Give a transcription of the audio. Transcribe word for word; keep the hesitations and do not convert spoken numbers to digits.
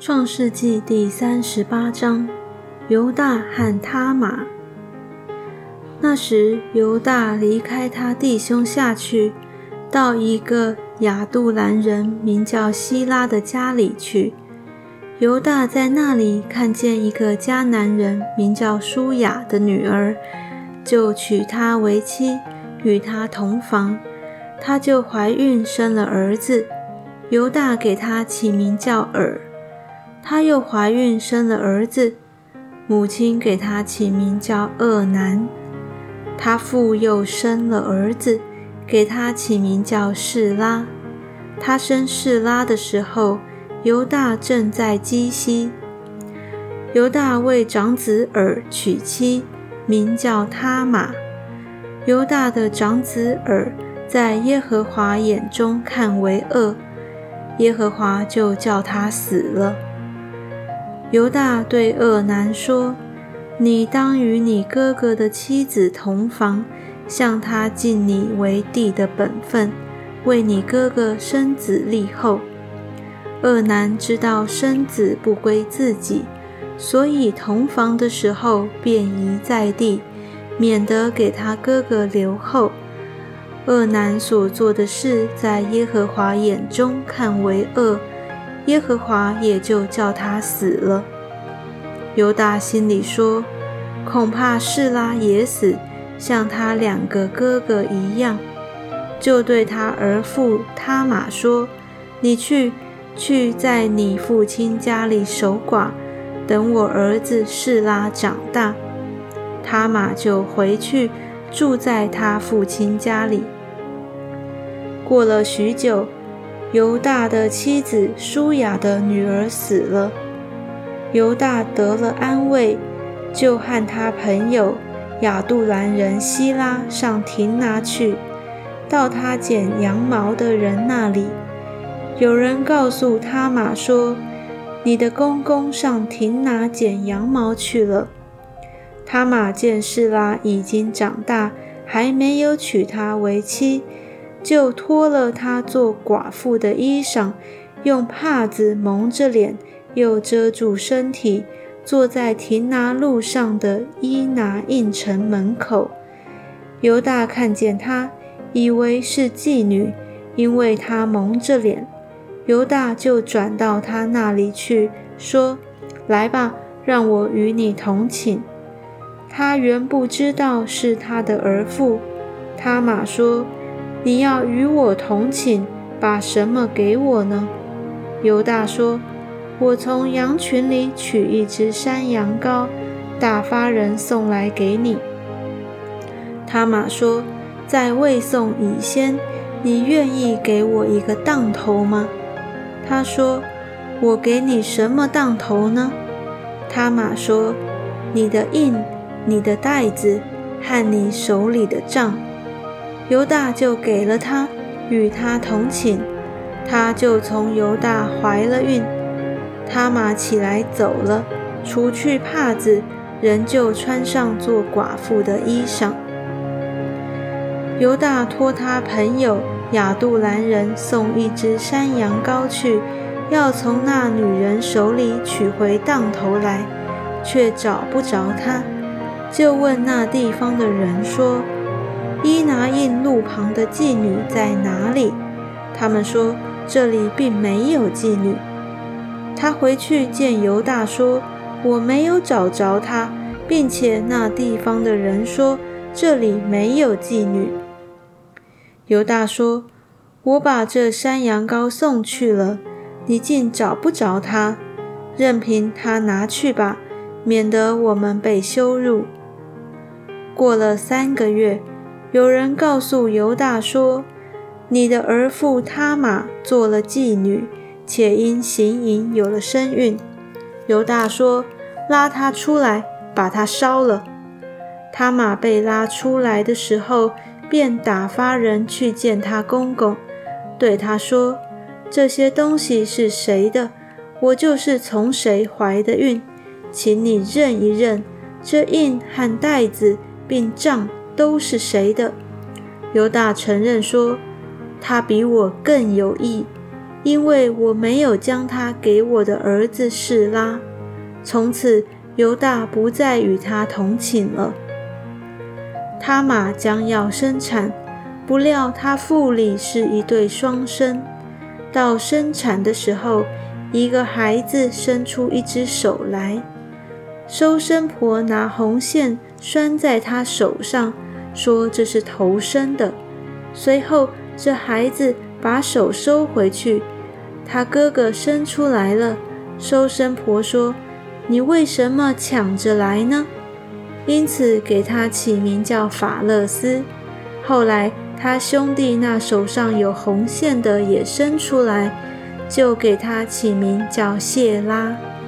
创世纪第三十八章，犹大和他玛。那时犹大离开他弟兄下去，到一个亚杜兰人名叫希拉的家里去。犹大在那里看见一个迦南人名叫舒雅的女儿，就娶她为妻，与她同房。她就怀孕生了儿子，犹大给她起名叫尔。她又怀孕生了儿子，母亲给她起名叫俄南。她父又生了儿子，给他起名叫示拉。他生示拉的时候，犹大正在基西。犹大为长子尔娶妻，名叫他玛。犹大的长子尔在耶和华眼中看为恶，耶和华就叫他死了。犹大对俄南说：你当与你哥哥的妻子同房，向他尽你为弟的本分，为你哥哥生子立后。俄南知道生子不归自己，所以同房的时候便移在地，免得给他哥哥留后。俄南所做的事，在耶和华眼中看为恶，耶和华也就叫他死了。犹大心里说：恐怕示拉也死，像他两个哥哥一样，就对他儿妇他玛说：你去，去在你父亲家里守寡，等我儿子示拉长大。他玛就回去住在他父亲家里。过了许久，犹大的妻子舒雅的女儿死了，犹大得了安慰，就和他朋友亚杜兰人希拉上亭拿去，到他剪羊毛的人那里。有人告诉他玛说：你的公公上亭拿剪羊毛去了。他玛见示拉已经长大，还没有娶她为妻，就脱了她做寡妇的衣裳，用帕子蒙着脸，又遮住身体，坐在亭拿路上的伊拿印城门口。犹大看见她，以为是妓女，因为她蒙着脸。犹大就转到她那里去，说：来吧，让我与你同寝。他原不知道是他的儿妇。他玛说：你要与我同寝，把什么给我呢？犹大说：我从羊群里取一只山羊羔，打发人送来给你。他玛说：在未送以先，你愿意给我一个当头吗？他说：我给你什么当头呢？他玛说：你的印，你的带子和你手里的杖。犹大就给了他，与他同寝。他就从犹大怀了孕。他玛起来走了，除去帕子，仍旧穿上做寡妇的衣裳。犹大托他朋友亚杜兰人送一只山羊羔去，要从那女人手里取回当头来，却找不着他，就问那地方的人说：伊拿印路旁的妓女在哪里？他们说：这里并没有妓女。他回去见犹大说：我没有找着她，并且那地方的人说这里没有妓女。犹大说：我把这山羊羔送去了，你竟找不着她，任凭他拿去吧，免得我们被羞辱。过了三个月，有人告诉犹大说：你的儿妇他玛做了妓女，且因行淫有了身孕。犹大说：拉她出来，把她烧了。他玛被拉出来的时候，便打发人去见他公公，对他说：这些东西是谁的？我就是从谁怀的孕，请你认一认，这印和带子并杖都是谁的？犹大承认说：他比我更有义。 因为我没有将他给我的儿子示拉。从此犹大不再与他同寝了。他玛将要生产，不料她腹里是一对双生。到生产的时候，一个孩子伸出一只手来，收生婆拿红线拴在他手上，说这是头生的。随后这孩子把手收回去，他哥哥生出来了。收生婆说，你为什么抢着来呢？因此给他起名叫法勒斯。后来他兄弟那手上有红线的也生出来，就给他起名叫谢拉。